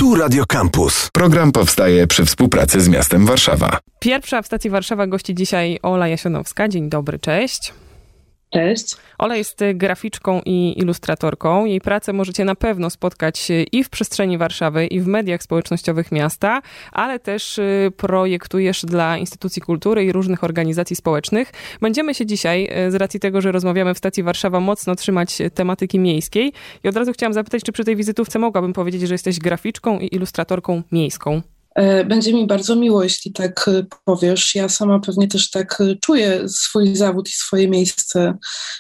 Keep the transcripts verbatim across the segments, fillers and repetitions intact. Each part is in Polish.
Tu Radio Campus. Program powstaje przy współpracy z miastem Warszawa. Pierwsza w stacji Warszawa gości dzisiaj Ola Jasionowska. Dzień dobry, cześć. Cześć. Ola jest graficzką i ilustratorką. Jej pracę możecie na pewno spotkać i w przestrzeni Warszawy, i w mediach społecznościowych miasta, ale też projektujesz dla instytucji kultury i różnych organizacji społecznych. Będziemy się dzisiaj, z racji tego, że rozmawiamy w stacji Warszawa, mocno trzymać tematyki miejskiej. I od razu chciałam zapytać, czy przy tej wizytówce mogłabym powiedzieć, że jesteś graficzką i ilustratorką miejską? Będzie mi bardzo miło, jeśli tak powiesz. Ja sama pewnie też tak czuję swój zawód i swoje miejsce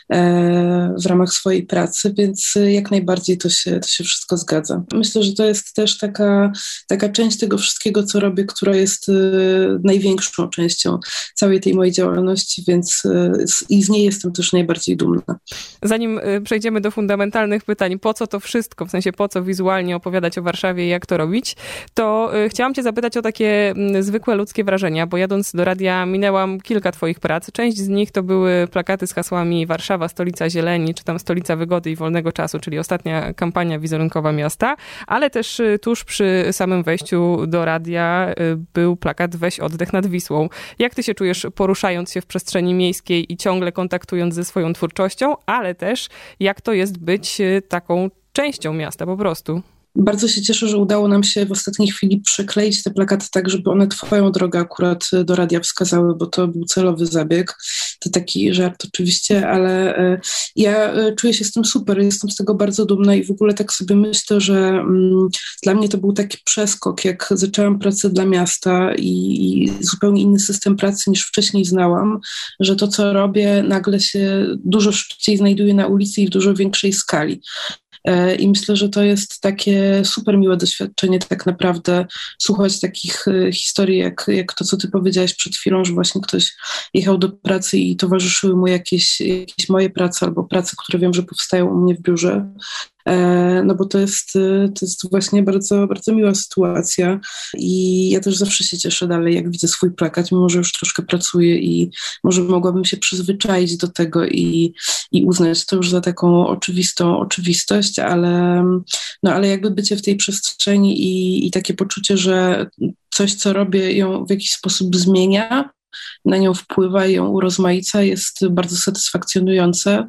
w ramach swojej pracy, więc jak najbardziej to się, to się wszystko zgadza. Myślę, że to jest też taka, taka część tego wszystkiego, co robię, która jest największą częścią całej tej mojej działalności, więc i z niej jestem też najbardziej dumna. Zanim przejdziemy do fundamentalnych pytań, po co to wszystko, w sensie po co wizualnie opowiadać o Warszawie i jak to robić, to chciałam cię zapytać o takie zwykłe ludzkie wrażenia, bo jadąc do radia minęłam kilka twoich prac. Część z nich to były plakaty z hasłami Warszawa, stolica zieleni, czy tam stolica wygody i wolnego czasu, czyli ostatnia kampania wizerunkowa miasta, ale też tuż przy samym wejściu do radia był plakat Weź oddech nad Wisłą. Jak ty się czujesz, poruszając się w przestrzeni miejskiej i ciągle kontaktując ze swoją twórczością, ale też jak to jest być taką częścią miasta po prostu? Bardzo się cieszę, że udało nam się w ostatniej chwili przykleić te plakaty tak, żeby one twoją drogę akurat do radia wskazały, bo to był celowy zabieg. To taki żart oczywiście, ale ja czuję się z tym super, jestem z tego bardzo dumna i w ogóle tak sobie myślę, że mm, dla mnie to był taki przeskok, jak zaczęłam pracę dla miasta i, i zupełnie inny system pracy niż wcześniej znałam, że to, co robię, nagle się dużo szybciej znajduje na ulicy i w dużo większej skali. I myślę, że to jest takie super miłe doświadczenie tak naprawdę słuchać takich historii, jak, jak to, co ty powiedziałaś przed chwilą, że właśnie ktoś jechał do pracy i towarzyszyły mu jakieś, jakieś moje prace albo prace, które wiem, że powstają u mnie w biurze. No bo to jest, to jest właśnie bardzo, bardzo miła sytuacja i ja też zawsze się cieszę dalej, jak widzę swój plakat, mimo że już troszkę pracuję i może mogłabym się przyzwyczaić do tego i, i uznać to już za taką oczywistą oczywistość, ale, no, ale jakby bycie w tej przestrzeni i, i takie poczucie, że coś, co robię, ją w jakiś sposób zmienia, na nią wpływa i ją urozmaica, jest bardzo satysfakcjonujące.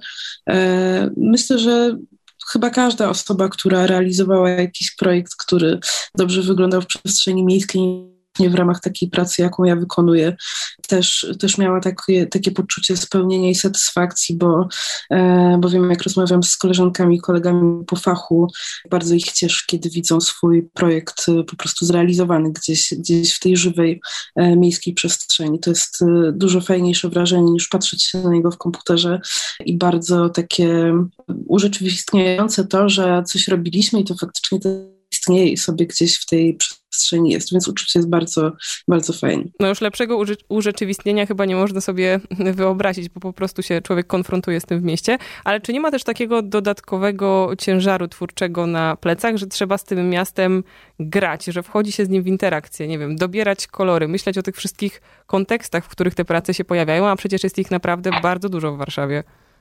Myślę, że chyba każda osoba, która realizowała jakiś projekt, który dobrze wyglądał w przestrzeni miejskiej, nie w ramach takiej pracy, jaką ja wykonuję, też, też miała takie, takie poczucie spełnienia i satysfakcji, bo, e, bo wiem, jak rozmawiam z koleżankami i kolegami po fachu, bardzo ich cieszy, kiedy widzą swój projekt po prostu zrealizowany gdzieś, gdzieś w tej żywej e, miejskiej przestrzeni. To jest e, dużo fajniejsze wrażenie niż patrzeć się na niego w komputerze i bardzo takie urzeczywistniające to, że coś robiliśmy i to faktycznie to istnieje i sobie gdzieś w tej przestrzeni jest, więc uczucie jest bardzo, bardzo fajne. No już lepszego urze- urzeczywistnienia chyba nie można sobie wyobrazić, bo po prostu się człowiek konfrontuje z tym w mieście, ale czy nie ma też takiego dodatkowego ciężaru twórczego na plecach, że trzeba z tym miastem grać, że wchodzi się z nim w interakcję, nie wiem, dobierać kolory, myśleć o tych wszystkich kontekstach, w których te prace się pojawiają, a przecież jest ich naprawdę bardzo dużo w Warszawie.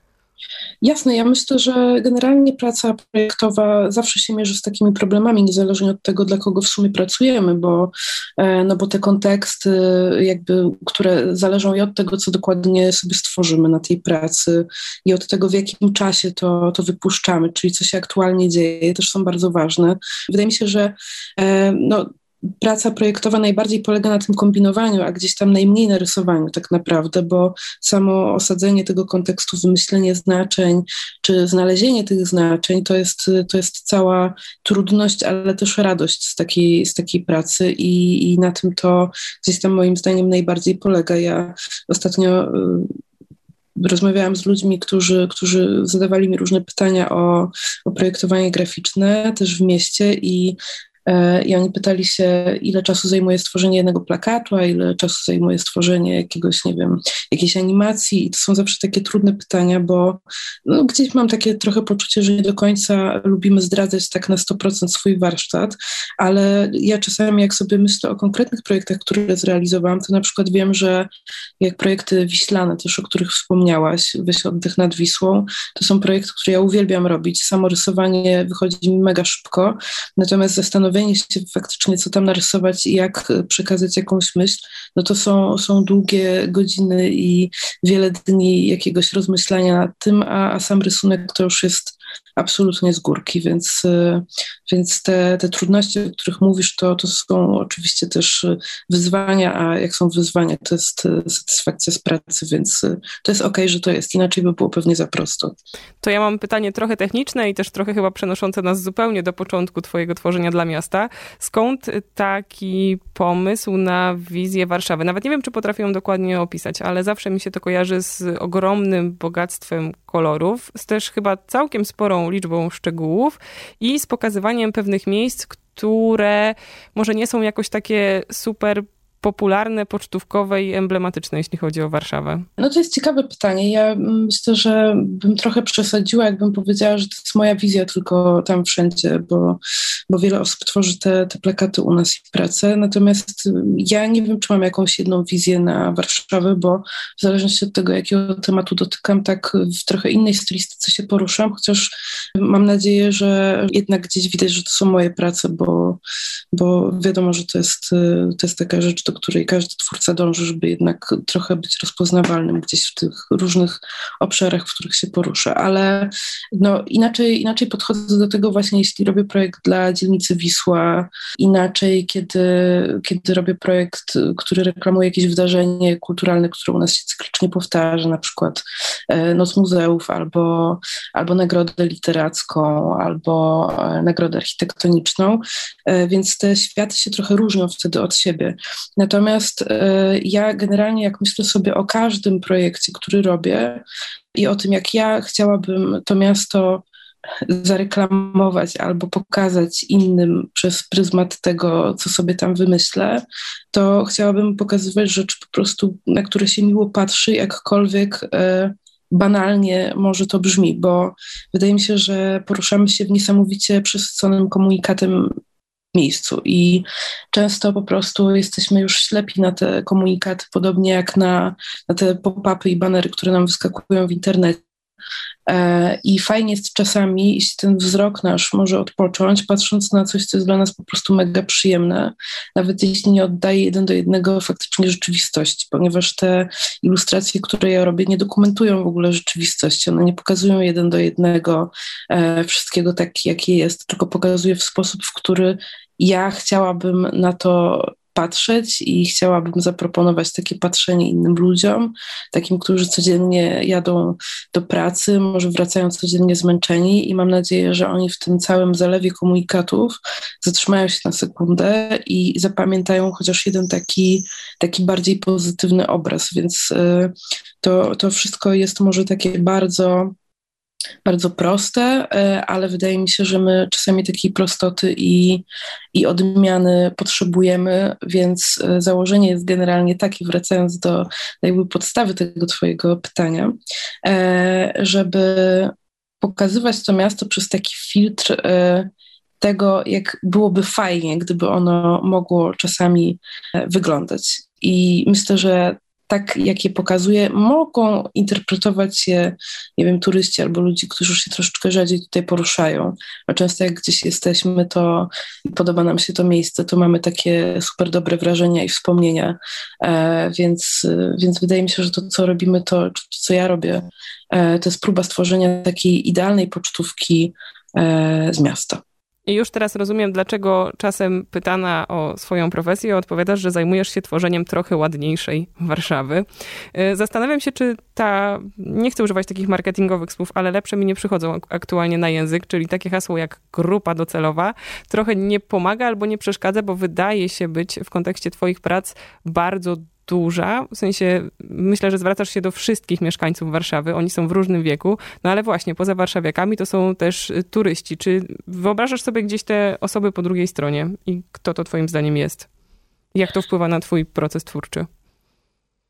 Jasne, ja myślę, że generalnie praca projektowa zawsze się mierzy z takimi problemami, niezależnie od tego, dla kogo w sumie pracujemy, bo, no bo te konteksty, jakby, które zależą i od tego, co dokładnie sobie stworzymy na tej pracy i od tego, w jakim czasie to, to wypuszczamy, czyli co się aktualnie dzieje, też są bardzo ważne. Wydaje mi się, że no, praca projektowa najbardziej polega na tym kombinowaniu, a gdzieś tam najmniej na rysowaniu tak naprawdę, bo samo osadzenie tego kontekstu, wymyślenie znaczeń, czy znalezienie tych znaczeń, to jest, to jest cała trudność, ale też radość z takiej, z takiej pracy i, i na tym to gdzieś tam moim zdaniem najbardziej polega. Ja ostatnio rozmawiałam z ludźmi, którzy, którzy zadawali mi różne pytania o, o projektowanie graficzne też w mieście i I oni pytali się, ile czasu zajmuje stworzenie jednego plakatu, a ile czasu zajmuje stworzenie jakiegoś, nie wiem, jakiejś animacji. I to są zawsze takie trudne pytania, bo no, gdzieś mam takie trochę poczucie, że nie do końca lubimy zdradzać tak na sto procent swój warsztat, ale ja czasami jak sobie myślę o konkretnych projektach, które zrealizowałam, to na przykład wiem, że jak projekty wiślane też, o których wspomniałaś, Weź oddech nad Wisłą, to są projekty, które ja uwielbiam robić. Samo rysowanie wychodzi mi mega szybko, natomiast zastanowienie zastanowienie się faktycznie, co tam narysować i jak przekazać jakąś myśl, no to są, są długie godziny i wiele dni jakiegoś rozmyślania nad tym, a, a sam rysunek to już jest absolutnie z górki, więc, więc te, te trudności, o których mówisz, to, to są oczywiście też wyzwania, a jak są wyzwania, to jest satysfakcja z pracy, więc to jest okej, że to jest, inaczej by było pewnie za prosto. To ja mam pytanie trochę techniczne i też trochę chyba przenoszące nas zupełnie do początku twojego tworzenia dla miasta. Skąd taki pomysł na wizję Warszawy? Nawet nie wiem, czy potrafię ją dokładnie opisać, ale zawsze mi się to kojarzy z ogromnym bogactwem kolorów, z też chyba całkiem sporą liczbą szczegółów i z pokazywaniem pewnych miejsc, które może nie są jakoś takie super popularne, pocztówkowe i emblematyczne, jeśli chodzi o Warszawę? No to jest ciekawe pytanie. Ja myślę, że bym trochę przesadziła, jakbym powiedziała, że to jest moja wizja tylko tam wszędzie, bo, bo wiele osób tworzy te, te plakaty u nas i pracę. Natomiast ja nie wiem, czy mam jakąś jedną wizję na Warszawę, bo w zależności od tego, jakiego tematu dotykam, tak w trochę innej stylistyce się poruszam, chociaż mam nadzieję, że jednak gdzieś widać, że to są moje prace, bo, bo wiadomo, że to jest, to jest taka rzecz, do której każdy twórca dąży, żeby jednak trochę być rozpoznawalnym gdzieś w tych różnych obszarach, w których się porusza. Ale no, inaczej, inaczej podchodzę do tego właśnie, jeśli robię projekt dla dzielnicy Wisła, inaczej, kiedy, kiedy robię projekt, który reklamuje jakieś wydarzenie kulturalne, które u nas się cyklicznie powtarza, na przykład Noc Muzeów, albo, albo nagrodę literacką, albo nagrodę architektoniczną, więc te światy się trochę różnią wtedy od siebie. Natomiast y, ja generalnie, jak myślę sobie o każdym projekcie, który robię i o tym, jak ja chciałabym to miasto zareklamować albo pokazać innym przez pryzmat tego, co sobie tam wymyślę, to chciałabym pokazywać rzeczy po prostu, na które się miło patrzy, jakkolwiek y, banalnie może to brzmi, bo wydaje mi się, że poruszamy się w niesamowicie przesyconym komunikatem miejscu i często po prostu jesteśmy już ślepi na te komunikaty, podobnie jak na, na te pop-upy i banery, które nam wyskakują w internecie. E, I fajnie jest czasami, jeśli ten wzrok nasz może odpocząć, patrząc na coś, co jest dla nas po prostu mega przyjemne, nawet jeśli nie oddaje jeden do jednego faktycznie rzeczywistości, ponieważ te ilustracje, które ja robię, nie dokumentują w ogóle rzeczywistości, one nie pokazują jeden do jednego e, wszystkiego tak, jakie jest, tylko pokazuje w sposób, w który ja chciałabym na to patrzeć i chciałabym zaproponować takie patrzenie innym ludziom, takim, którzy codziennie jadą do pracy, może wracają codziennie zmęczeni i mam nadzieję, że oni w tym całym zalewie komunikatów zatrzymają się na sekundę i zapamiętają chociaż jeden taki, taki bardziej pozytywny obraz, więc y, to, to wszystko jest może takie bardzo bardzo proste, ale wydaje mi się, że my czasami takiej prostoty i, i odmiany potrzebujemy, więc założenie jest generalnie takie, wracając do jakby podstawy tego twojego pytania, żeby pokazywać to miasto przez taki filtr tego, jak byłoby fajnie, gdyby ono mogło czasami wyglądać. I myślę, że tak, jak je pokazuje, mogą interpretować je, nie wiem, turyści albo ludzie, którzy już się troszeczkę rzadziej tutaj poruszają. A często jak gdzieś jesteśmy, to podoba nam się to miejsce, to mamy takie super dobre wrażenia i wspomnienia. E, więc, więc wydaje mi się, że to, co robimy, to, to co ja robię, e, to jest próba stworzenia takiej idealnej pocztówki e, z miasta. I już teraz rozumiem, dlaczego czasem pytana o swoją profesję odpowiadasz, że zajmujesz się tworzeniem trochę ładniejszej Warszawy. Zastanawiam się, czy ta, nie chcę używać takich marketingowych słów, ale lepsze mi nie przychodzą aktualnie na język, czyli takie hasło jak grupa docelowa, trochę nie pomaga albo nie przeszkadza, bo wydaje się być w kontekście twoich prac bardzo duża, w sensie myślę, że zwracasz się do wszystkich mieszkańców Warszawy, oni są w różnym wieku, no ale właśnie poza warszawiakami to są też turyści. Czy wyobrażasz sobie gdzieś te osoby po drugiej stronie i kto to twoim zdaniem jest? Jak to wpływa na twój proces twórczy?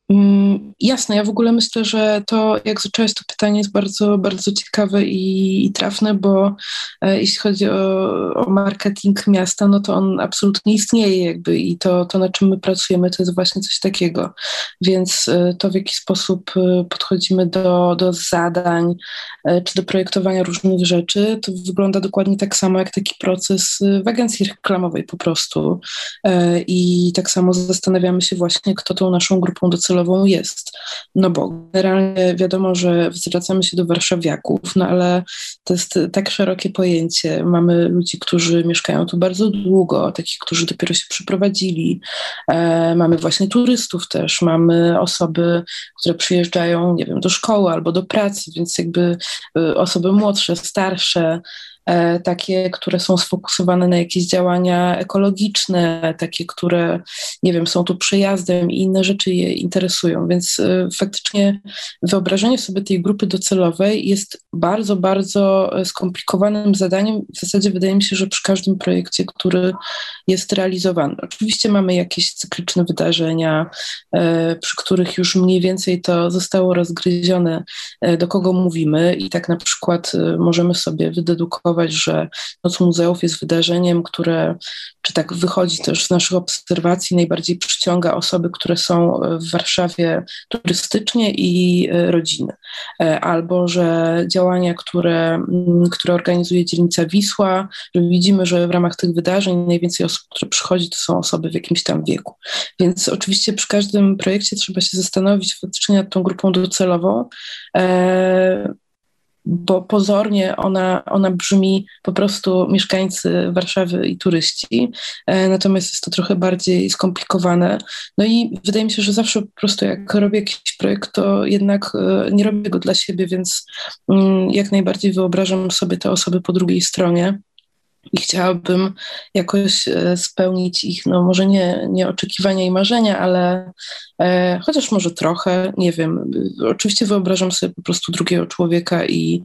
Mm, jasne, ja w ogóle myślę, że to, jak zaczęłaś to pytanie, jest bardzo, bardzo ciekawe i, i trafne, bo e, jeśli chodzi o, o marketing miasta, no to on absolutnie istnieje jakby i to, to, na czym my pracujemy, to jest właśnie coś takiego. Więc e, to, w jaki sposób e, podchodzimy do, do zadań, e, czy do projektowania różnych rzeczy, to wygląda dokładnie tak samo, jak taki proces e, w agencji reklamowej po prostu. E, I tak samo zastanawiamy się właśnie, kto tą naszą grupą docelową jest. No bo generalnie wiadomo, że zwracamy się do warszawiaków, no ale to jest tak szerokie pojęcie. Mamy ludzi, którzy mieszkają tu bardzo długo, takich, którzy dopiero się przyprowadzili. E, mamy właśnie turystów też, mamy osoby, które przyjeżdżają, nie wiem, do szkoły albo do pracy, więc jakby e, osoby młodsze, starsze, takie, które są sfokusowane na jakieś działania ekologiczne, takie, które, nie wiem, są tu przejazdem i inne rzeczy je interesują. Więc faktycznie wyobrażenie sobie tej grupy docelowej jest bardzo, bardzo skomplikowanym zadaniem. W zasadzie wydaje mi się, że przy każdym projekcie, który jest realizowany. Oczywiście mamy jakieś cykliczne wydarzenia, przy których już mniej więcej to zostało rozgryzione, do kogo mówimy i tak na przykład możemy sobie wydedukować, że Noc Muzeów jest wydarzeniem, które, czy tak wychodzi też z naszych obserwacji, najbardziej przyciąga osoby, które są w Warszawie turystycznie i rodziny. Albo, że działania, które, które organizuje dzielnica Wisła, że widzimy, że w ramach tych wydarzeń najwięcej osób, które przychodzi, to są osoby w jakimś tam wieku. Więc oczywiście przy każdym projekcie trzeba się zastanowić faktycznie nad tą grupą docelową, bo pozornie ona, ona brzmi po prostu mieszkańcy Warszawy i turyści, natomiast jest to trochę bardziej skomplikowane. No i wydaje mi się, że zawsze po prostu jak robię jakiś projekt, to jednak nie robię go dla siebie, więc jak najbardziej wyobrażam sobie te osoby po drugiej stronie i chciałabym jakoś spełnić ich, no może nie, nie oczekiwania i marzenia, ale e, chociaż może trochę, nie wiem. Oczywiście wyobrażam sobie po prostu drugiego człowieka i,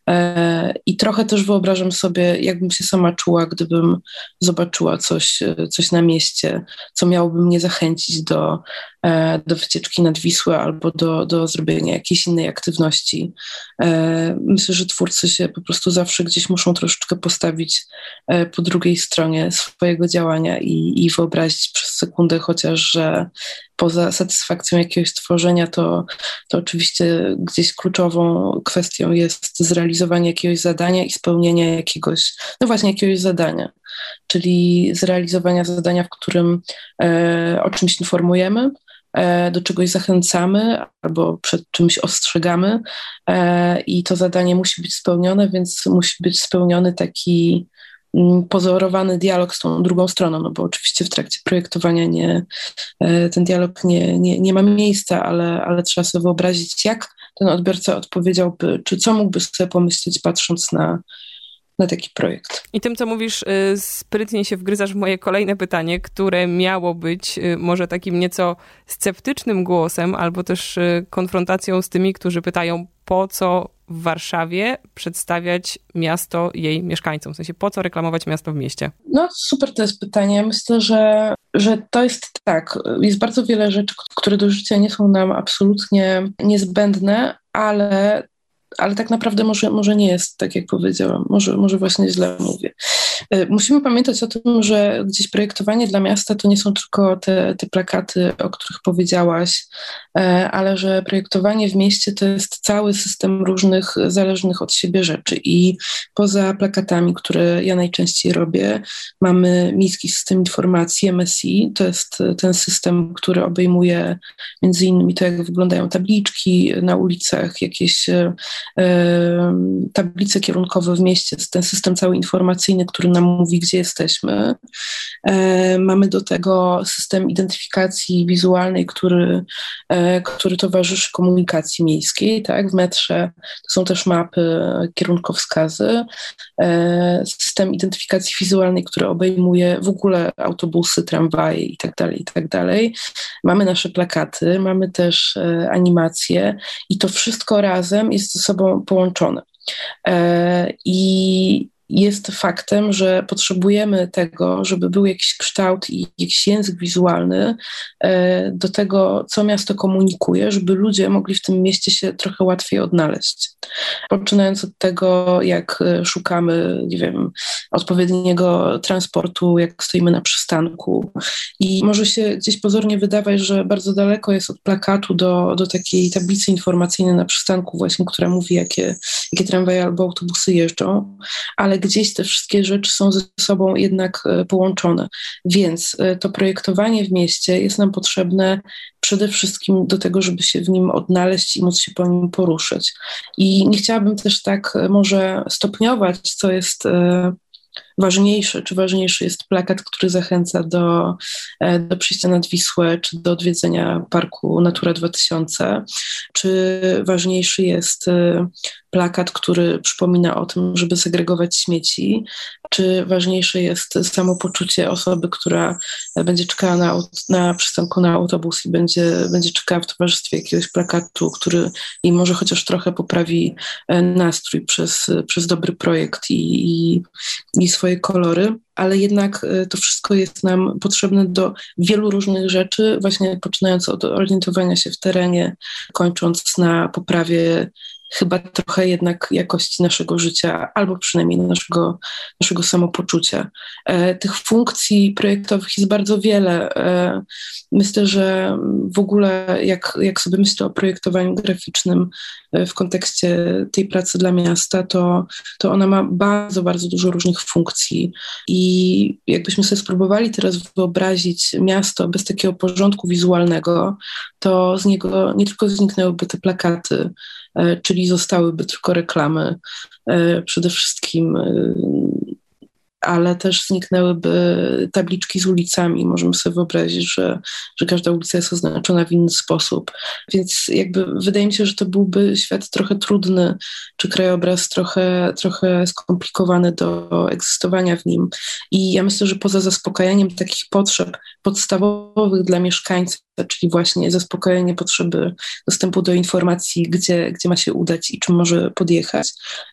e, i trochę też wyobrażam sobie, jakbym się sama czuła, gdybym zobaczyła coś, coś na mieście, co miałoby mnie zachęcić do, e, do wycieczki nad Wisłę albo do, do zrobienia jakiejś innej aktywności. E, myślę, że twórcy się po prostu zawsze gdzieś muszą troszeczkę postawić po drugiej stronie swojego działania i, i wyobrazić przez sekundę chociaż, że poza satysfakcją jakiegoś tworzenia, to, to oczywiście gdzieś kluczową kwestią jest zrealizowanie jakiegoś zadania i spełnienie jakiegoś, no właśnie jakiegoś zadania, czyli zrealizowania zadania, w którym e, o czymś informujemy, do czegoś zachęcamy albo przed czymś ostrzegamy e, i to zadanie musi być spełnione, więc musi być spełniony taki pozorowany dialog z tą drugą stroną, no bo oczywiście w trakcie projektowania nie, ten dialog nie, nie, nie ma miejsca, ale, ale trzeba sobie wyobrazić, jak ten odbiorca odpowiedziałby, czy co mógłby sobie pomyśleć, patrząc na, na taki projekt. I tym, co mówisz, sprytnie się wgryzasz w moje kolejne pytanie, które miało być może takim nieco sceptycznym głosem, albo też konfrontacją z tymi, którzy pytają, po co w Warszawie przedstawiać miasto jej mieszkańcom? W sensie, po co reklamować miasto w mieście? No super, to jest pytanie. Myślę, że, że to jest tak. Jest bardzo wiele rzeczy, które do życia nie są nam absolutnie niezbędne, ale ale tak naprawdę może, może nie jest tak, jak powiedziałam. Może, może właśnie źle mówię. Musimy pamiętać o tym, że gdzieś projektowanie dla miasta to nie są tylko te, te plakaty, o których powiedziałaś, ale że projektowanie w mieście to jest cały system różnych zależnych od siebie rzeczy. I poza plakatami, które ja najczęściej robię, mamy miejski system informacji, M S I. To jest ten system, który obejmuje między innymi to, jak wyglądają tabliczki na ulicach, jakieś tablice kierunkowe w mieście, ten system cały informacyjny, który nam mówi, gdzie jesteśmy. Mamy do tego system identyfikacji wizualnej, który, który towarzyszy komunikacji miejskiej, tak? W metrze to są też mapy, kierunkowskazy. System identyfikacji wizualnej, który obejmuje w ogóle autobusy, tramwaje i tak dalej, i tak dalej. Mamy nasze plakaty, mamy też animacje i to wszystko razem jest ze sobą połączone. I jest faktem, że potrzebujemy tego, żeby był jakiś kształt i jakiś język wizualny do tego, co miasto komunikuje, żeby ludzie mogli w tym mieście się trochę łatwiej odnaleźć. Poczynając od tego, jak szukamy, nie wiem, odpowiedniego transportu, jak stoimy na przystanku i może się gdzieś pozornie wydawać, że bardzo daleko jest od plakatu do, do takiej tablicy informacyjnej na przystanku właśnie, która mówi, jakie, jakie tramwaje albo autobusy jeżdżą, ale gdzieś te wszystkie rzeczy są ze sobą jednak połączone. Więc to projektowanie w mieście jest nam potrzebne przede wszystkim do tego, żeby się w nim odnaleźć i móc się po nim poruszyć. I nie chciałabym też tak może stopniować, co jest ważniejsze, czy ważniejszy jest plakat, który zachęca do, do przyjścia nad Wisłę, czy do odwiedzenia parku Natura dwa tysiące, czy ważniejszy jest plakat, który przypomina o tym, żeby segregować śmieci, czy ważniejsze jest samopoczucie osoby, która będzie czekała na, na przystanku na autobus i będzie, będzie czekała w towarzystwie jakiegoś plakatu, który jej może chociaż trochę poprawi nastrój przez, przez dobry projekt i, i, i swoje kolory, ale jednak to wszystko jest nam potrzebne do wielu różnych rzeczy, właśnie poczynając od orientowania się w terenie, kończąc na poprawie chyba trochę jednak jakości naszego życia, albo przynajmniej naszego, naszego samopoczucia. E, tych funkcji projektowych jest bardzo wiele. E, myślę, że w ogóle jak, jak sobie myślę o projektowaniu graficznym w kontekście tej pracy dla miasta, to, to ona ma bardzo, bardzo dużo różnych funkcji i jakbyśmy sobie spróbowali teraz wyobrazić miasto bez takiego porządku wizualnego, to z niego nie tylko zniknęłyby te plakaty, czyli zostałyby tylko reklamy przede wszystkim, ale też zniknęłyby tabliczki z ulicami. Możemy sobie wyobrazić, że, że każda ulica jest oznaczona w inny sposób. Więc jakby wydaje mi się, że to byłby świat trochę trudny, czy krajobraz trochę, trochę skomplikowany do egzystowania w nim. I ja myślę, że poza zaspokajaniem takich potrzeb podstawowych dla mieszkańców, czyli właśnie zaspokojenie potrzeby dostępu do informacji, gdzie, gdzie ma się udać i czym może podjechać,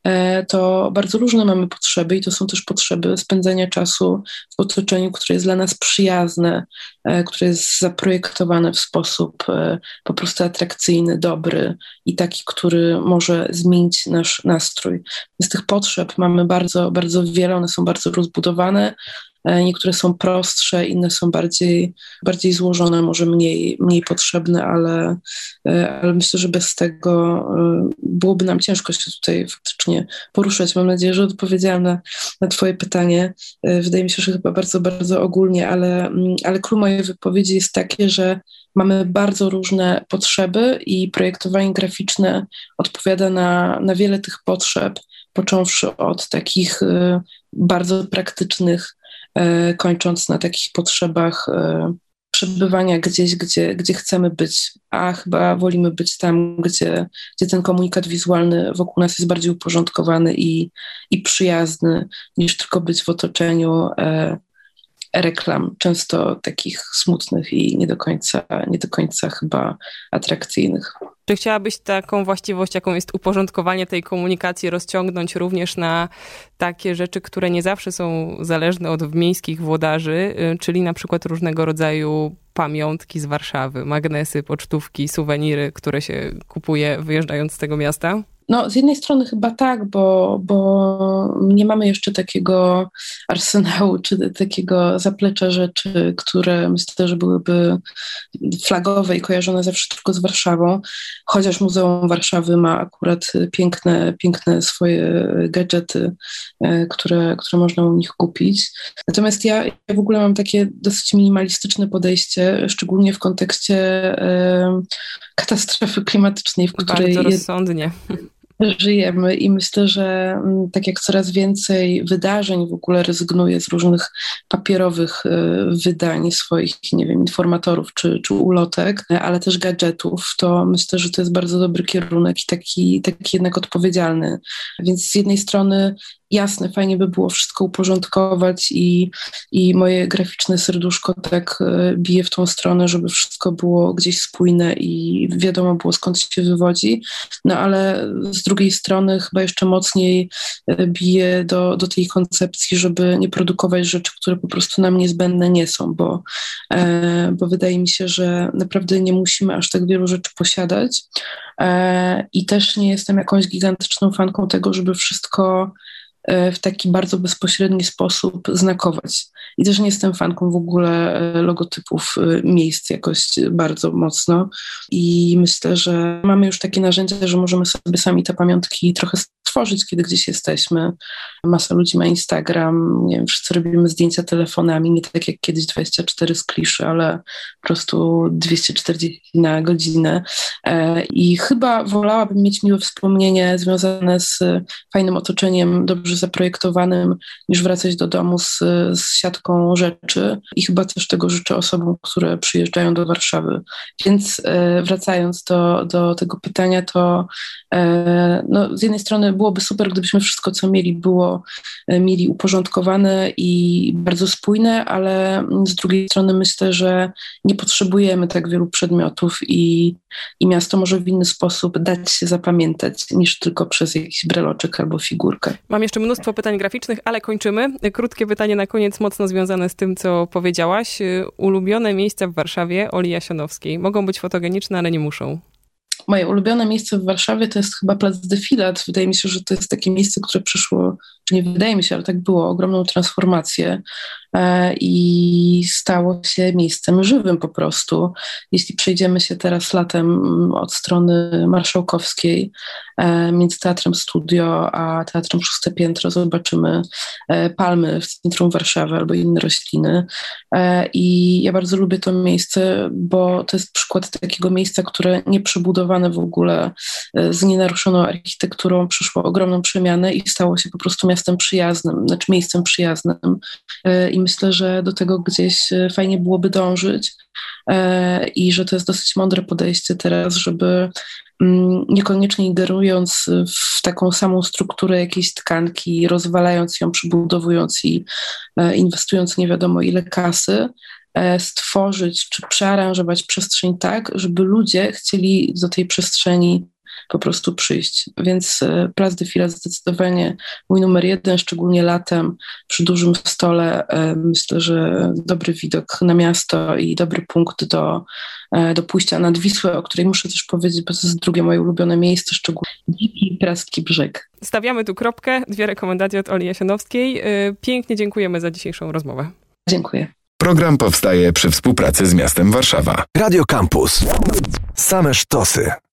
to bardzo różne mamy potrzeby i to są też potrzeby spędzania czasu w otoczeniu, które jest dla nas przyjazne, które jest zaprojektowane w sposób po prostu atrakcyjny, dobry i taki, który może zmienić nasz nastrój. Z tych potrzeb mamy bardzo, bardzo wiele, one są bardzo rozbudowane. Niektóre są prostsze, inne są bardziej, bardziej złożone, może mniej, mniej potrzebne, ale, ale myślę, że bez tego byłoby nam ciężko się tutaj faktycznie poruszać. Mam nadzieję, że odpowiedziałam na, na twoje pytanie. Wydaje mi się, że chyba bardzo, bardzo ogólnie, ale, ale clue mojej wypowiedzi jest takie, że mamy bardzo różne potrzeby i projektowanie graficzne odpowiada na, na wiele tych potrzeb, począwszy od takich bardzo praktycznych, kończąc na takich potrzebach przebywania gdzieś, gdzie, gdzie chcemy być, a chyba wolimy być tam, gdzie, gdzie ten komunikat wizualny wokół nas jest bardziej uporządkowany i, i przyjazny, niż tylko być w otoczeniu e, reklam, często takich smutnych i nie do końca, nie do końca chyba atrakcyjnych. Czy chciałabyś taką właściwość, jaką jest uporządkowanie tej komunikacji, rozciągnąć również na takie rzeczy, które nie zawsze są zależne od miejskich włodarzy, czyli na przykład różnego rodzaju pamiątki z Warszawy, magnesy, pocztówki, suweniry, które się kupuje wyjeżdżając z tego miasta? No, z jednej strony chyba tak, bo, bo nie mamy jeszcze takiego arsenału, czy takiego zaplecza rzeczy, które myślę, że byłyby flagowe i kojarzone zawsze tylko z Warszawą, chociaż Muzeum Warszawy ma akurat piękne, piękne swoje gadżety, które, które można u nich kupić. Natomiast ja, ja w ogóle mam takie dosyć minimalistyczne podejście, szczególnie w kontekście e, katastrofy klimatycznej, w której... Bardzo rozsądnie. Żyjemy i myślę, że tak jak coraz więcej wydarzeń w ogóle rezygnuje z różnych papierowych wydań swoich, nie wiem, informatorów czy, czy ulotek, ale też gadżetów, to myślę, że to jest bardzo dobry kierunek i taki, taki jednak odpowiedzialny. Więc z jednej strony jasne, fajnie by było wszystko uporządkować i, i moje graficzne serduszko tak bije w tą stronę, żeby wszystko było gdzieś spójne i wiadomo było, skąd się wywodzi. No ale z drugiej strony chyba jeszcze mocniej bije do, do tej koncepcji, żeby nie produkować rzeczy, które po prostu nam niezbędne nie są, bo, bo wydaje mi się, że naprawdę nie musimy aż tak wielu rzeczy posiadać i też nie jestem jakąś gigantyczną fanką tego, żeby wszystko w taki bardzo bezpośredni sposób znakować. I też nie jestem fanką w ogóle logotypów miejsc jakoś bardzo mocno i myślę, że mamy już takie narzędzia, że możemy sobie sami te pamiątki trochę stworzyć, kiedy gdzieś jesteśmy. Masa ludzi ma Instagram, nie wiem, wszyscy robimy zdjęcia telefonami, nie tak jak kiedyś dwadzieścia cztery z kliszy, ale po prostu dwieście czterdzieści na godzinę. I chyba wolałabym mieć miłe wspomnienie związane z fajnym otoczeniem, dobrze zaprojektowanym, niż wracać do domu z, z siatką rzeczy. I chyba też tego życzę osobom, które przyjeżdżają do Warszawy. Więc wracając do, do tego pytania, to no, z jednej strony byłoby super, gdybyśmy wszystko, co mieli, było mieli uporządkowane i bardzo spójne, ale z drugiej strony myślę, że nie potrzebujemy tak wielu przedmiotów i, i miasto może w inny sposób dać się zapamiętać, niż tylko przez jakiś breloczek albo figurkę. Mam jeszcze mnóstwo pytań graficznych, ale kończymy. Krótkie pytanie na koniec, mocno związane z tym, co powiedziałaś. Ulubione miejsca w Warszawie Oli Jasionowskiej. Mogą być fotogeniczne, ale nie muszą. Moje ulubione miejsce w Warszawie to jest chyba Plac Defilat. Wydaje mi się, że to jest takie miejsce, które przeszło, czy nie wydaje mi się, ale tak było, ogromną transformację e, i stało się miejscem żywym po prostu. Jeśli przejdziemy się teraz latem od strony Marszałkowskiej, e, między Teatrem Studio a Teatrem Szóste Piętro, zobaczymy e, palmy w centrum Warszawy albo inne rośliny. E, I ja bardzo lubię to miejsce, bo to jest przykład takiego miejsca, które nie przebudowane w ogóle z nienaruszoną architekturą, przyszło ogromną przemianę i stało się po prostu miastem przyjaznym, znaczy miejscem przyjaznym. I myślę, że do tego gdzieś fajnie byłoby dążyć i że to jest dosyć mądre podejście teraz, żeby niekoniecznie ingerując w taką samą strukturę jakiejś tkanki, rozwalając ją, przybudowując i inwestując nie wiadomo ile kasy, stworzyć czy przearanżować przestrzeń tak, żeby ludzie chcieli do tej przestrzeni po prostu przyjść. Więc Plac Defilat zdecydowanie mój numer jeden, szczególnie latem przy dużym stole. Myślę, że dobry widok na miasto i dobry punkt do, do pójścia nad Wisłę, o której muszę też powiedzieć, bo to jest drugie moje ulubione miejsce, szczególnie Dziki Praski Brzeg. Stawiamy tu kropkę. Dwie rekomendacje od Oli Jasionowskiej. Pięknie dziękujemy za dzisiejszą rozmowę. Dziękuję. Program powstaje przy współpracy z miastem Warszawa. Radio Campus. Same sztosy.